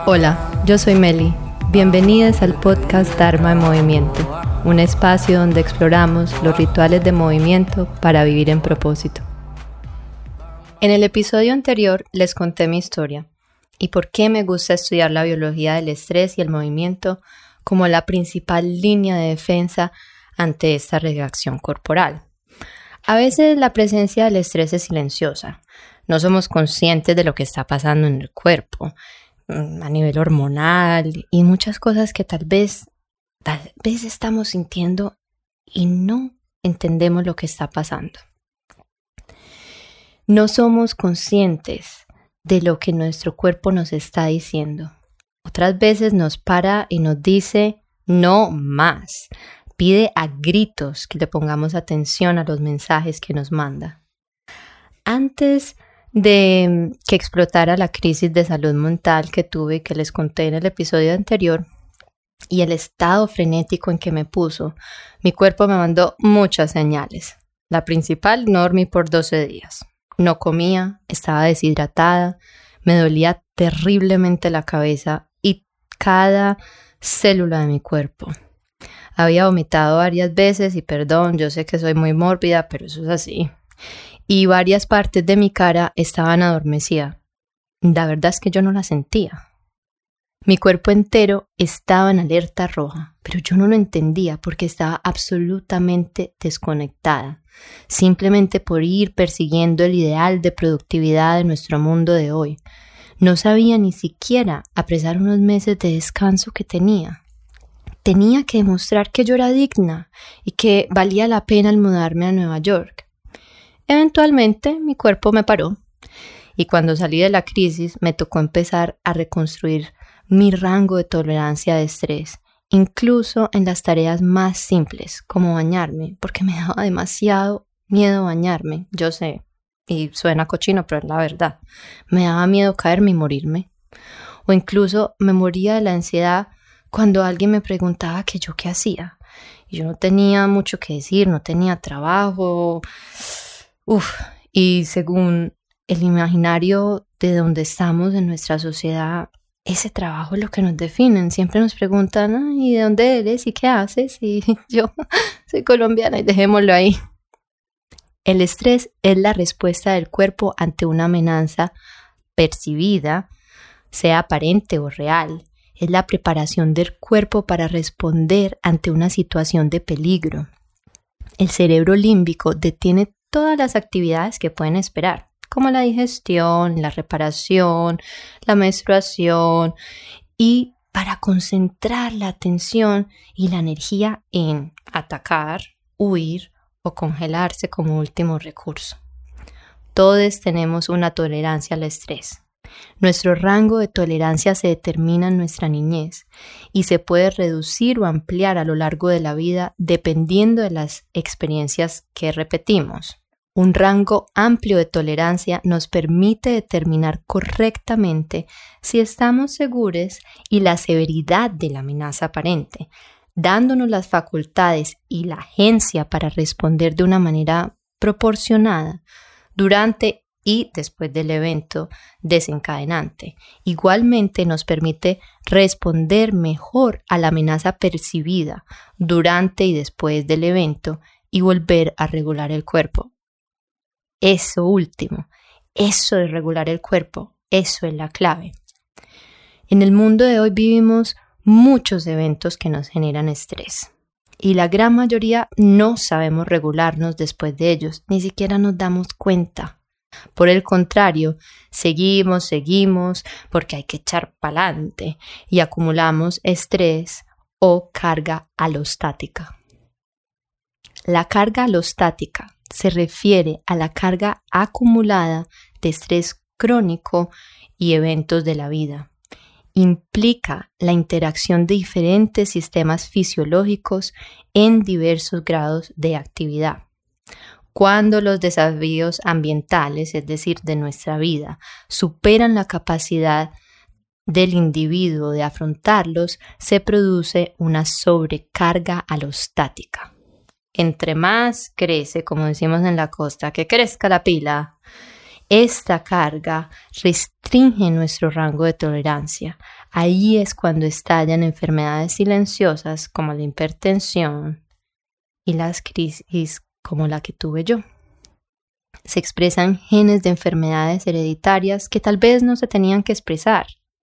Hola, yo soy Meli. Bienvenidas al podcast Dharma en Movimiento, un espacio donde exploramos los rituales de movimiento para vivir en propósito. En el episodio anterior les conté mi historia y por qué me gusta estudiar la biología del estrés y el movimiento como la principal línea de defensa ante esta reacción corporal. A veces la presencia del estrés es silenciosa. No somos conscientes de lo que está pasando en el cuerpo, a nivel hormonal y muchas cosas que tal vez estamos sintiendo y no entendemos lo que está pasando. No somos conscientes de lo que nuestro cuerpo nos está diciendo. Otras veces nos para y nos dice no más. Pide a gritos que le pongamos atención a los mensajes que nos manda. Antes de que explotara la crisis de salud mental que tuve y que les conté en el episodio anterior y el estado frenético en que me puso, mi cuerpo me mandó muchas señales. La principal, no dormí por 12 días. No comía, estaba deshidratada, me dolía terriblemente la cabeza y cada célula de mi cuerpo. Había vomitado varias veces y perdón, yo sé que soy muy mórbida, pero eso es así. Y varias partes de mi cara estaban adormecidas. La verdad es que yo no la sentía. Mi cuerpo entero estaba en alerta roja, pero yo no lo entendía porque estaba absolutamente desconectada, simplemente por ir persiguiendo el ideal de productividad de nuestro mundo de hoy. No sabía ni siquiera apresar unos meses de descanso que tenía. Tenía que demostrar que yo era digna y que valía la pena el mudarme a Nueva York. Eventualmente mi cuerpo me paró y cuando salí de la crisis me tocó empezar a reconstruir mi rango de tolerancia de estrés, incluso en las tareas más simples como bañarme, porque me daba demasiado miedo bañarme, yo sé, y suena cochino, pero es la verdad. Me daba miedo caerme y morirme, o incluso me moría de la ansiedad cuando alguien me preguntaba que yo qué hacía. Y yo no tenía mucho que decir, no tenía trabajo. Y según el imaginario de donde estamos en nuestra sociedad, ese trabajo es lo que nos define. Siempre nos preguntan, ¿y de dónde eres? ¿Y qué haces? Y yo soy colombiana y dejémoslo ahí. El estrés es la respuesta del cuerpo ante una amenaza percibida, sea aparente o real. Es la preparación del cuerpo para responder ante una situación de peligro. El cerebro límbico detiene todas las actividades que pueden esperar, como la digestión, la reparación, la menstruación, y para concentrar la atención y la energía en atacar, huir o congelarse como último recurso. Todos tenemos una tolerancia al estrés. Nuestro rango de tolerancia se determina en nuestra niñez y se puede reducir o ampliar a lo largo de la vida dependiendo de las experiencias que repetimos. Un rango amplio de tolerancia nos permite determinar correctamente si estamos seguros y la severidad de la amenaza aparente, dándonos las facultades y la agencia para responder de una manera proporcionada durante y después del evento desencadenante. Igualmente nos permite responder mejor a la amenaza percibida durante y después del evento y volver a regular el cuerpo. Eso último, eso de regular el cuerpo, eso es la clave. En el mundo de hoy vivimos muchos eventos que nos generan estrés y la gran mayoría no sabemos regularnos después de ellos, ni siquiera nos damos cuenta. Por el contrario, seguimos porque hay que echar pa'lante y acumulamos estrés o carga alostática. La carga alostática se refiere a la carga acumulada de estrés crónico y eventos de la vida. Implica la interacción de diferentes sistemas fisiológicos en diversos grados de actividad. Cuando los desafíos ambientales, es decir, de nuestra vida, superan la capacidad del individuo de afrontarlos, se produce una sobrecarga alostática. Entre más crece, como decimos en la costa, que crezca la pila, esta carga restringe nuestro rango de tolerancia, Ahí es cuando estallan enfermedades silenciosas como la hipertensión y las crisis como la que tuve yo. Se expresan genes de enfermedades hereditarias que tal vez no se tenían que expresar.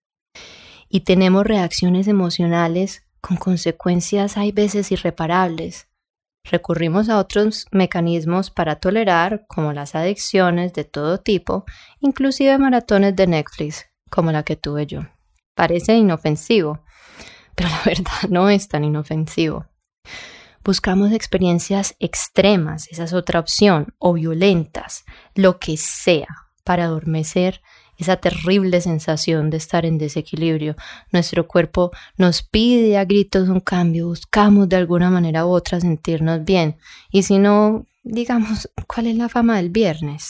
Y tenemos reacciones emocionales con consecuencias hay veces irreparables. Recurrimos a otros mecanismos para tolerar, como las adicciones de todo tipo, inclusive maratones de Netflix, como la que tuve yo. Parece inofensivo, pero la verdad no es tan inofensivo. Buscamos experiencias extremas, esa es otra opción, o violentas, lo que sea, para adormecer esa terrible sensación de estar en desequilibrio. Nuestro cuerpo nos pide a gritos un cambio, buscamos de alguna manera u otra sentirnos bien. Y si no, digamos, ¿cuál es la fama del viernes?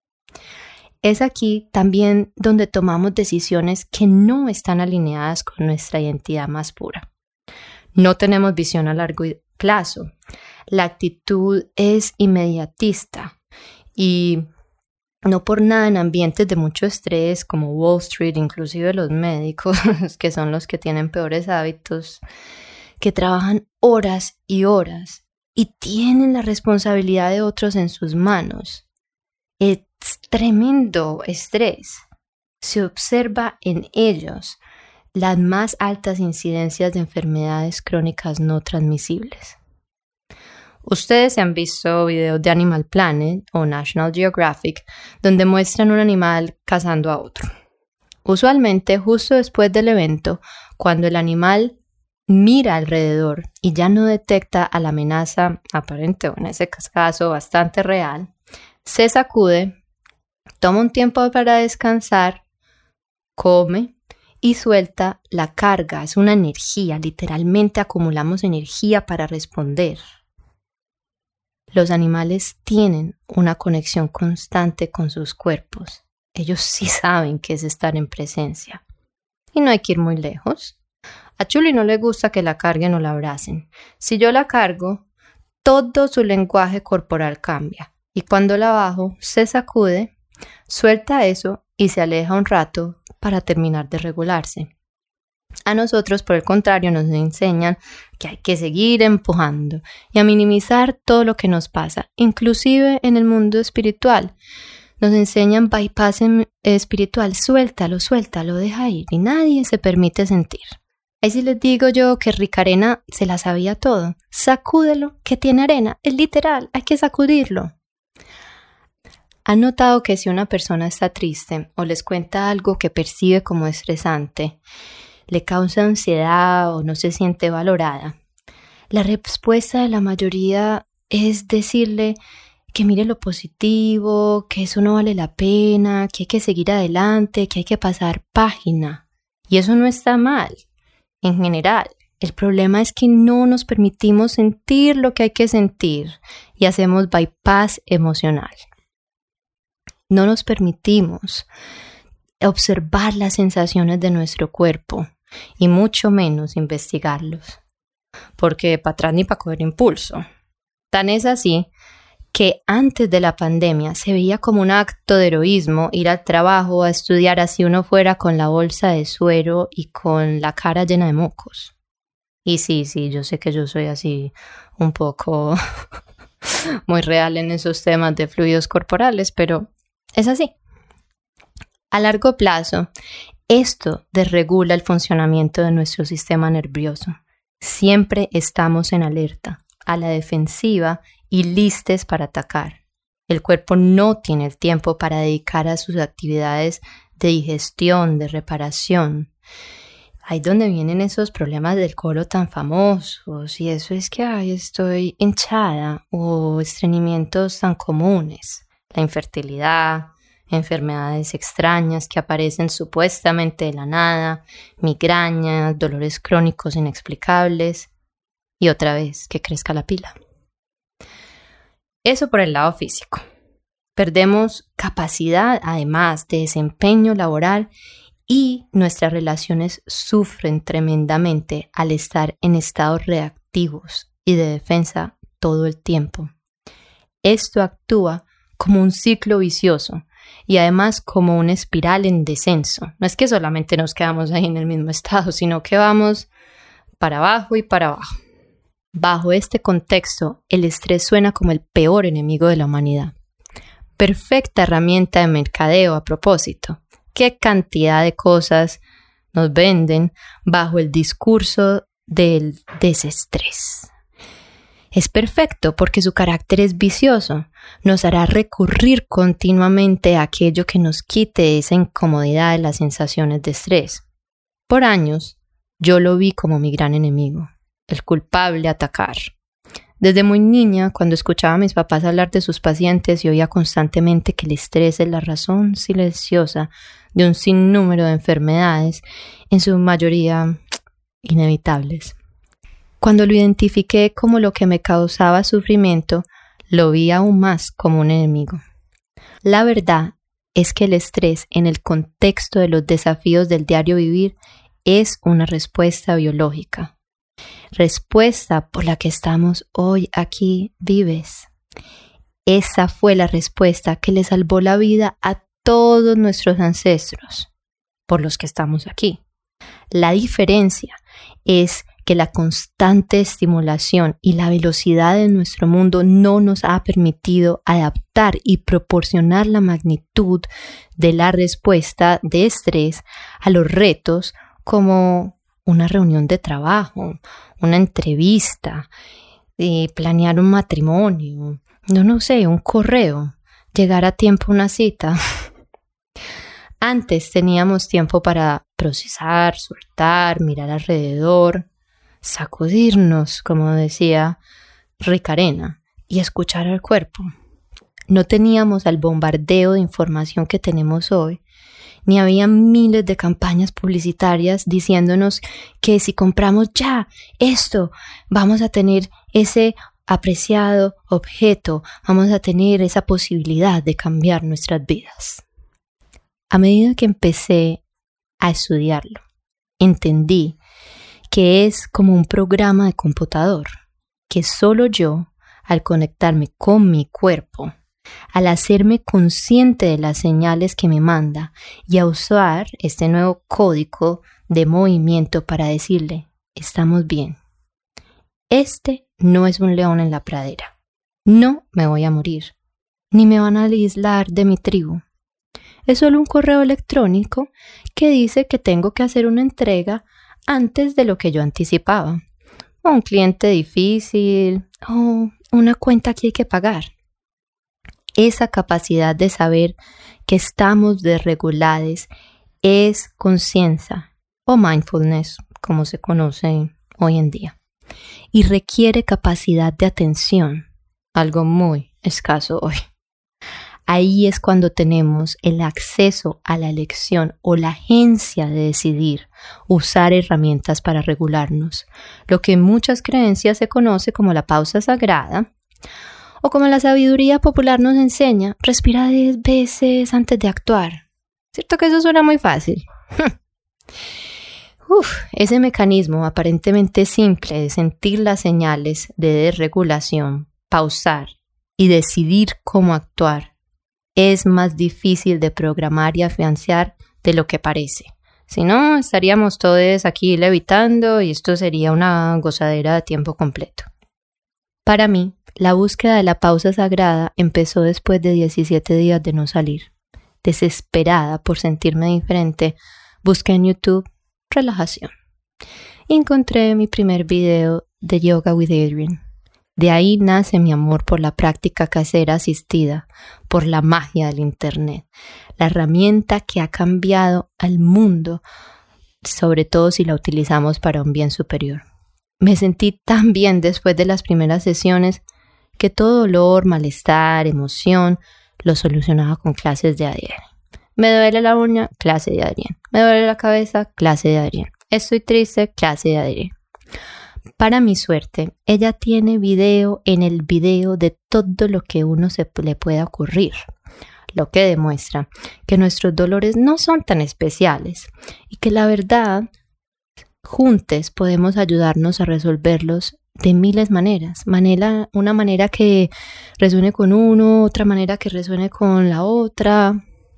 Es aquí también donde tomamos decisiones que no están alineadas con nuestra identidad más pura. No tenemos visión a largo plazo. La actitud es inmediatista y no por nada en ambientes de mucho estrés como Wall Street, inclusive los médicos, que son los que tienen peores hábitos, que trabajan horas y horas y tienen la responsabilidad de otros en sus manos. Es tremendo estrés. Se observa en ellos las más altas incidencias de enfermedades crónicas no transmisibles. Ustedes se han visto videos de Animal Planet o National Geographic donde muestran un animal cazando a otro. Usualmente justo después del evento, cuando el animal mira alrededor y ya no detecta a la amenaza aparente o en ese caso bastante real, se sacude, toma un tiempo para descansar, come y suelta la carga. Es una energía, literalmente acumulamos energía para responder. Los animales tienen una conexión constante con sus cuerpos. Ellos sí saben qué es estar en presencia. Y no hay que ir muy lejos. A Chuli no le gusta que la carguen o la abracen. Si yo la cargo, todo su lenguaje corporal cambia. Y cuando la bajo, se sacude, suelta eso y se aleja un rato para terminar de regularse. A nosotros, por el contrario, nos enseñan que hay que seguir empujando y a minimizar todo lo que nos pasa, inclusive en el mundo espiritual. Nos enseñan bypass espiritual, suéltalo, deja ir y nadie se permite sentir. Ahí sí les digo yo que Ricarena se la sabía todo. Sacúdelo, que tiene arena, es literal, hay que sacudirlo. ¿Han notado que si una persona está triste o les cuenta algo que percibe como estresante, le causa ansiedad o no se siente valorada? La respuesta de la mayoría es decirle que mire lo positivo, que eso no vale la pena, que hay que seguir adelante, que hay que pasar página. Y eso no está mal, en general. El problema es que no nos permitimos sentir lo que hay que sentir y hacemos bypass emocional. No nos permitimos observar las sensaciones de nuestro cuerpo y mucho menos investigarlos, porque para atrás ni para coger impulso. Tan es así que antes de la pandemia se veía como un acto de heroísmo ir al trabajo a estudiar así uno fuera con la bolsa de suero y con la cara llena de mocos. Y sí, yo sé que yo soy así un poco muy real en esos temas de fluidos corporales, pero es así. A largo plazo, esto desregula el funcionamiento de nuestro sistema nervioso. Siempre estamos en alerta, a la defensiva y listos para atacar. El cuerpo no tiene el tiempo para dedicar a sus actividades de digestión, de reparación. Ahí donde vienen esos problemas del colon tan famosos, y eso es que estoy hinchada, o estreñimientos tan comunes, la infertilidad, enfermedades extrañas que aparecen supuestamente de la nada, migrañas, dolores crónicos inexplicables y otra vez que crezca la pila. Eso por el lado físico. Perdemos capacidad además de desempeño laboral y nuestras relaciones sufren tremendamente al estar en estados reactivos y de defensa todo el tiempo. Esto actúa como un ciclo vicioso y además como una espiral en descenso. No es que solamente nos quedamos ahí en el mismo estado, sino que vamos para abajo y para abajo. Bajo este contexto, el estrés suena como el peor enemigo de la humanidad. Perfecta herramienta de mercadeo a propósito. ¿Qué cantidad de cosas nos venden bajo el discurso del desestrés? Es perfecto porque su carácter es vicioso. Nos hará recurrir continuamente a aquello que nos quite esa incomodidad de las sensaciones de estrés. Por años, yo lo vi como mi gran enemigo, el culpable a atacar. Desde muy niña, cuando escuchaba a mis papás hablar de sus pacientes y oía constantemente que el estrés es la razón silenciosa de un sinnúmero de enfermedades, en su mayoría inevitables. Cuando lo identifiqué como lo que me causaba sufrimiento, lo vi aún más como un enemigo. La verdad es que el estrés en el contexto de los desafíos del diario vivir es una respuesta biológica. Respuesta por la que estamos hoy aquí vives. Esa fue la respuesta que le salvó la vida a todos nuestros ancestros, por los que estamos aquí. La diferencia es que la constante estimulación y la velocidad de nuestro mundo no nos ha permitido adaptar y proporcionar la magnitud de la respuesta de estrés a los retos como una reunión de trabajo, una entrevista, planear un matrimonio, un correo, llegar a tiempo a una cita. Antes teníamos tiempo para procesar, soltar, mirar alrededor, sacudirnos, como decía Ricarena, y escuchar al cuerpo. No teníamos el bombardeo de información que tenemos hoy, ni había miles de campañas publicitarias diciéndonos que si compramos ya esto, vamos a tener ese apreciado objeto, vamos a tener esa posibilidad de cambiar nuestras vidas. A medida que empecé a estudiarlo, entendí que es como un programa de computador, que solo yo, al conectarme con mi cuerpo, al hacerme consciente de las señales que me manda y a usar este nuevo código de movimiento para decirle, estamos bien. Este no es un león en la pradera. No me voy a morir, ni me van a aislar de mi tribu. Es solo un correo electrónico que dice que tengo que hacer una entrega antes de lo que yo anticipaba. O un cliente difícil, o una cuenta que hay que pagar. Esa capacidad de saber que estamos desregulados es conciencia o mindfulness, como se conoce hoy en día. Y requiere capacidad de atención, algo muy escaso hoy. Ahí es cuando tenemos el acceso a la elección o la agencia de decidir usar herramientas para regularnos, lo que en muchas creencias se conoce como la pausa sagrada, o como la sabiduría popular nos enseña, respira 10 veces antes de actuar. ¿Cierto que eso suena muy fácil? Ese mecanismo aparentemente simple de sentir las señales de desregulación, pausar y decidir cómo actuar, es más difícil de programar y afianzar de lo que parece. Si no, estaríamos todos aquí levitando y esto sería una gozadera de tiempo completo. Para mí, la búsqueda de la pausa sagrada empezó después de 17 días de no salir. Desesperada por sentirme diferente, busqué en YouTube relajación. Encontré mi primer video de Yoga with Adriene. De ahí nace mi amor por la práctica casera asistida, por la magia del Internet, la herramienta que ha cambiado al mundo, sobre todo si la utilizamos para un bien superior. Me sentí tan bien después de las primeras sesiones que todo dolor, malestar, emoción, lo solucionaba con clases de Adriene. Me duele la uña, clase de Adriene. Me duele la cabeza, clase de Adriene. Estoy triste, clase de Adriene. Para mi suerte, ella tiene video en el video de todo lo que uno le pueda ocurrir, lo que demuestra que nuestros dolores no son tan especiales y que la verdad, juntos podemos ayudarnos a resolverlos de miles de maneras. Una manera que resuene con uno, otra manera que resuene con la otra.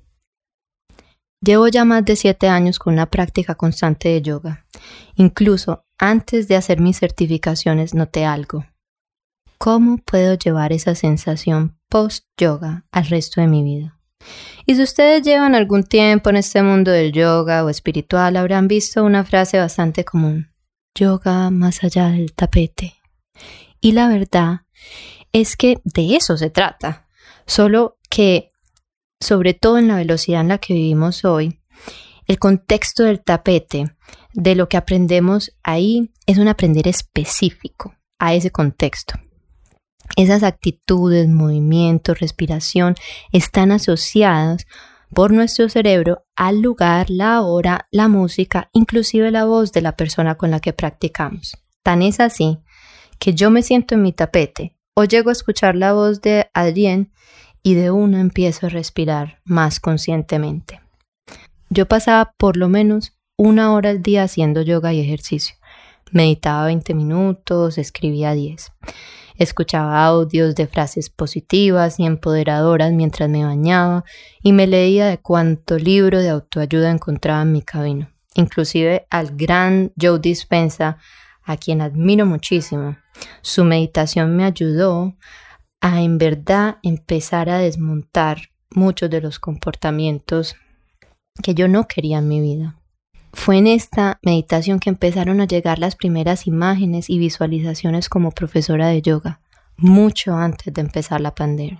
Llevo ya más de 7 años con una práctica constante de yoga. Incluso antes de hacer mis certificaciones noté algo. ¿Cómo puedo llevar esa sensación post-yoga al resto de mi vida? Y si ustedes llevan algún tiempo en este mundo del yoga o espiritual, habrán visto una frase bastante común. Yoga más allá del tapete. Y la verdad es que de eso se trata. Solo que, sobre todo en la velocidad en la que vivimos hoy, el contexto del tapete, de lo que aprendemos ahí, es un aprender específico a ese contexto. Esas actitudes, movimientos, respiración están asociadas por nuestro cerebro al lugar, la hora, la música, inclusive la voz de la persona con la que practicamos. Tan es así que yo me siento en mi tapete o llego a escuchar la voz de alguien y de una empiezo a respirar más conscientemente. Yo pasaba por lo menos 1 hora al día haciendo yoga y ejercicio. Meditaba 20 minutos, escribía 10. Escuchaba audios de frases positivas y empoderadoras mientras me bañaba y me leía de cuánto libro de autoayuda encontraba en mi camino. Inclusive al gran Joe Dispenza, a quien admiro muchísimo. Su meditación me ayudó a en verdad empezar a desmontar muchos de los comportamientos que yo no quería en mi vida. Fue en esta meditación que empezaron a llegar las primeras imágenes y visualizaciones como profesora de yoga, mucho antes de empezar la pandemia.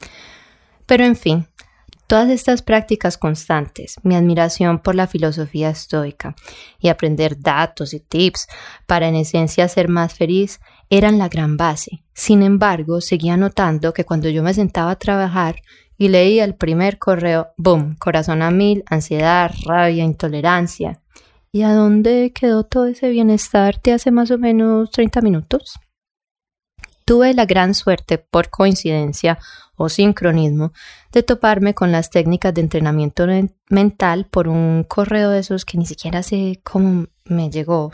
Pero en fin, todas estas prácticas constantes, mi admiración por la filosofía estoica y aprender datos y tips para en esencia ser más feliz, eran la gran base. Sin embargo, seguía notando que cuando yo me sentaba a trabajar y leía el primer correo, ¡boom!, corazón a 1000, ansiedad, rabia, intolerancia. ¿Y a dónde quedó todo ese bienestar de hace más o menos 30 minutos? Tuve la gran suerte, por coincidencia o sincronismo, de toparme con las técnicas de entrenamiento mental por un correo de esos que ni siquiera sé cómo me llegó.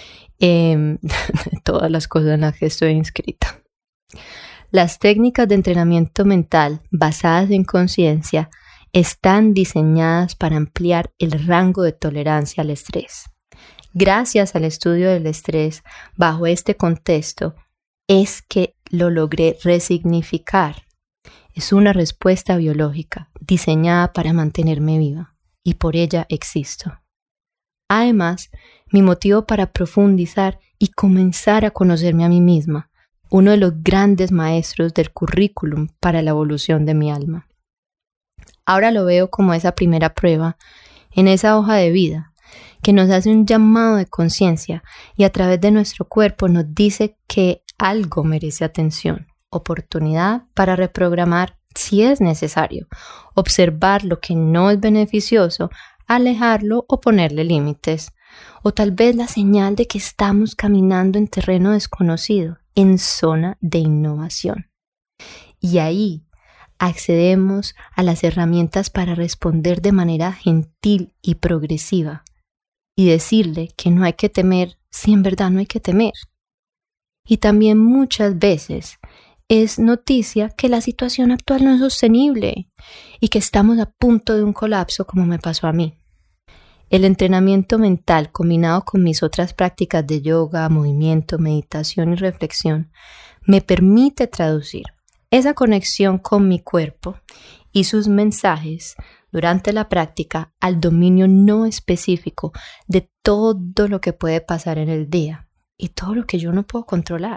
Todas las cosas en las que estoy inscrita. Las técnicas de entrenamiento mental basadas en conciencia están diseñadas para ampliar el rango de tolerancia al estrés. Gracias al estudio del estrés bajo este contexto es que lo logré resignificar. Es una respuesta biológica diseñada para mantenerme viva y por ella existo. Además, mi motivo para profundizar y comenzar a conocerme a mí misma, uno de los grandes maestros del currículum para la evolución de mi alma. Ahora lo veo como esa primera prueba en esa hoja de vida que nos hace un llamado de conciencia y a través de nuestro cuerpo nos dice que algo merece atención, oportunidad para reprogramar si es necesario, observar lo que no es beneficioso, alejarlo o ponerle límites, o tal vez la señal de que estamos caminando en terreno desconocido, en zona de innovación. Y ahí accedemos a las herramientas para responder de manera gentil y progresiva y decirle que no hay que temer si en verdad no hay que temer. Y también muchas veces es noticia que la situación actual no es sostenible y que estamos a punto de un colapso como me pasó a mí. El entrenamiento mental combinado con mis otras prácticas de yoga, movimiento, meditación y reflexión me permite traducir esa conexión con mi cuerpo y sus mensajes durante la práctica al dominio no específico de todo lo que puede pasar en el día y todo lo que yo no puedo controlar.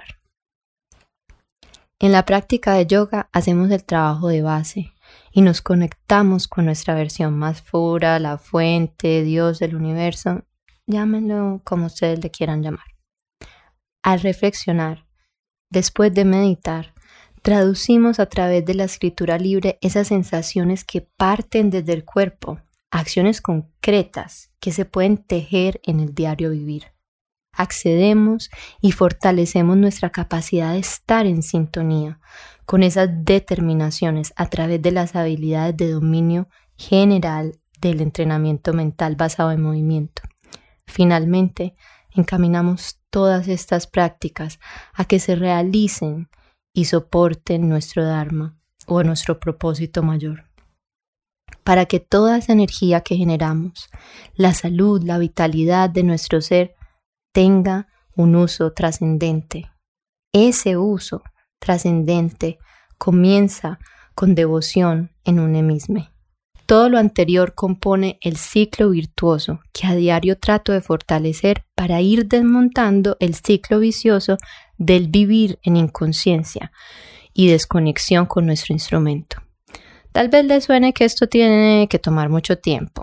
En la práctica de yoga hacemos el trabajo de base y nos conectamos con nuestra versión más pura, la fuente, Dios, el universo, llámenlo como ustedes le quieran llamar. Al reflexionar, después de meditar, traducimos a través de la escritura libre esas sensaciones que parten desde el cuerpo, acciones concretas que se pueden tejer en el diario vivir. Accedemos y fortalecemos nuestra capacidad de estar en sintonía con esas determinaciones a través de las habilidades de dominio general del entrenamiento mental basado en movimiento. Finalmente, encaminamos todas estas prácticas a que se realicen y soporten nuestro Dharma o nuestro propósito mayor. para que toda esa energía que generamos, la salud, la vitalidad de nuestro ser, tenga un uso trascendente. Ese uso trascendente comienza con devoción en un emisme. Todo lo anterior compone el ciclo virtuoso que a diario trato de fortalecer para ir desmontando el ciclo vicioso del vivir en inconsciencia y desconexión con nuestro instrumento. Tal vez les suene que esto tiene que tomar mucho tiempo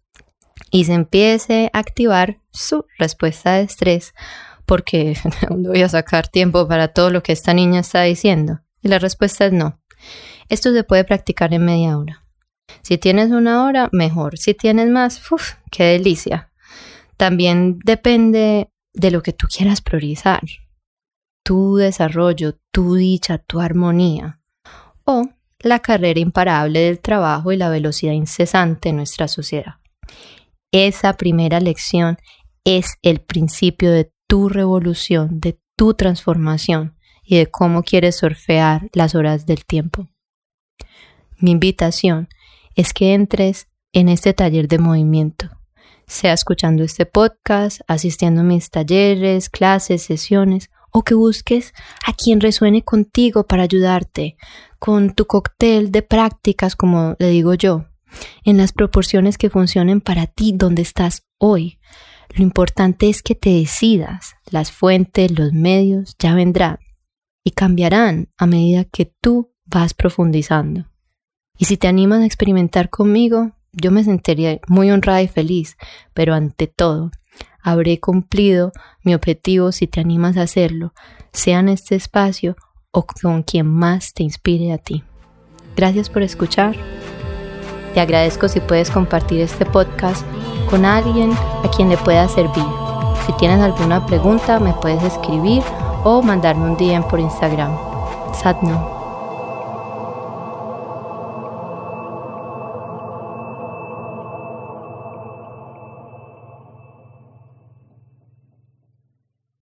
y se empiece a activar su respuesta de estrés porque no voy a sacar tiempo para todo lo que esta niña está diciendo. Y la respuesta es no. Esto se puede practicar en media hora. Si tienes una hora, mejor. Si tienes más, ¡qué delicia! También depende de lo que tú quieras priorizar. Tu desarrollo, tu dicha, tu armonía. O la carrera imparable del trabajo y la velocidad incesante en nuestra sociedad. Esa primera lección es el principio de tu revolución, de tu transformación y de cómo quieres surfear las horas del tiempo. Mi invitación es que entres en este taller de movimiento, sea escuchando este podcast, asistiendo a mis talleres, clases, sesiones, o que busques a quien resuene contigo para ayudarte con tu cóctel de prácticas, como le digo yo, en las proporciones que funcionen para ti donde estás hoy. Lo importante es que te decidas. Las fuentes, los medios ya vendrán y cambiarán a medida que tú vas profundizando. Y si te animas a experimentar conmigo, yo me sentiría muy honrada y feliz, pero ante todo, habré cumplido mi objetivo si te animas a hacerlo, sea en este espacio o con quien más te inspire a ti. Gracias por escuchar. Te agradezco si puedes compartir este podcast con alguien a quien le pueda servir. Si tienes alguna pregunta, me puedes escribir o mandarme un DM por Instagram. Sadhnu.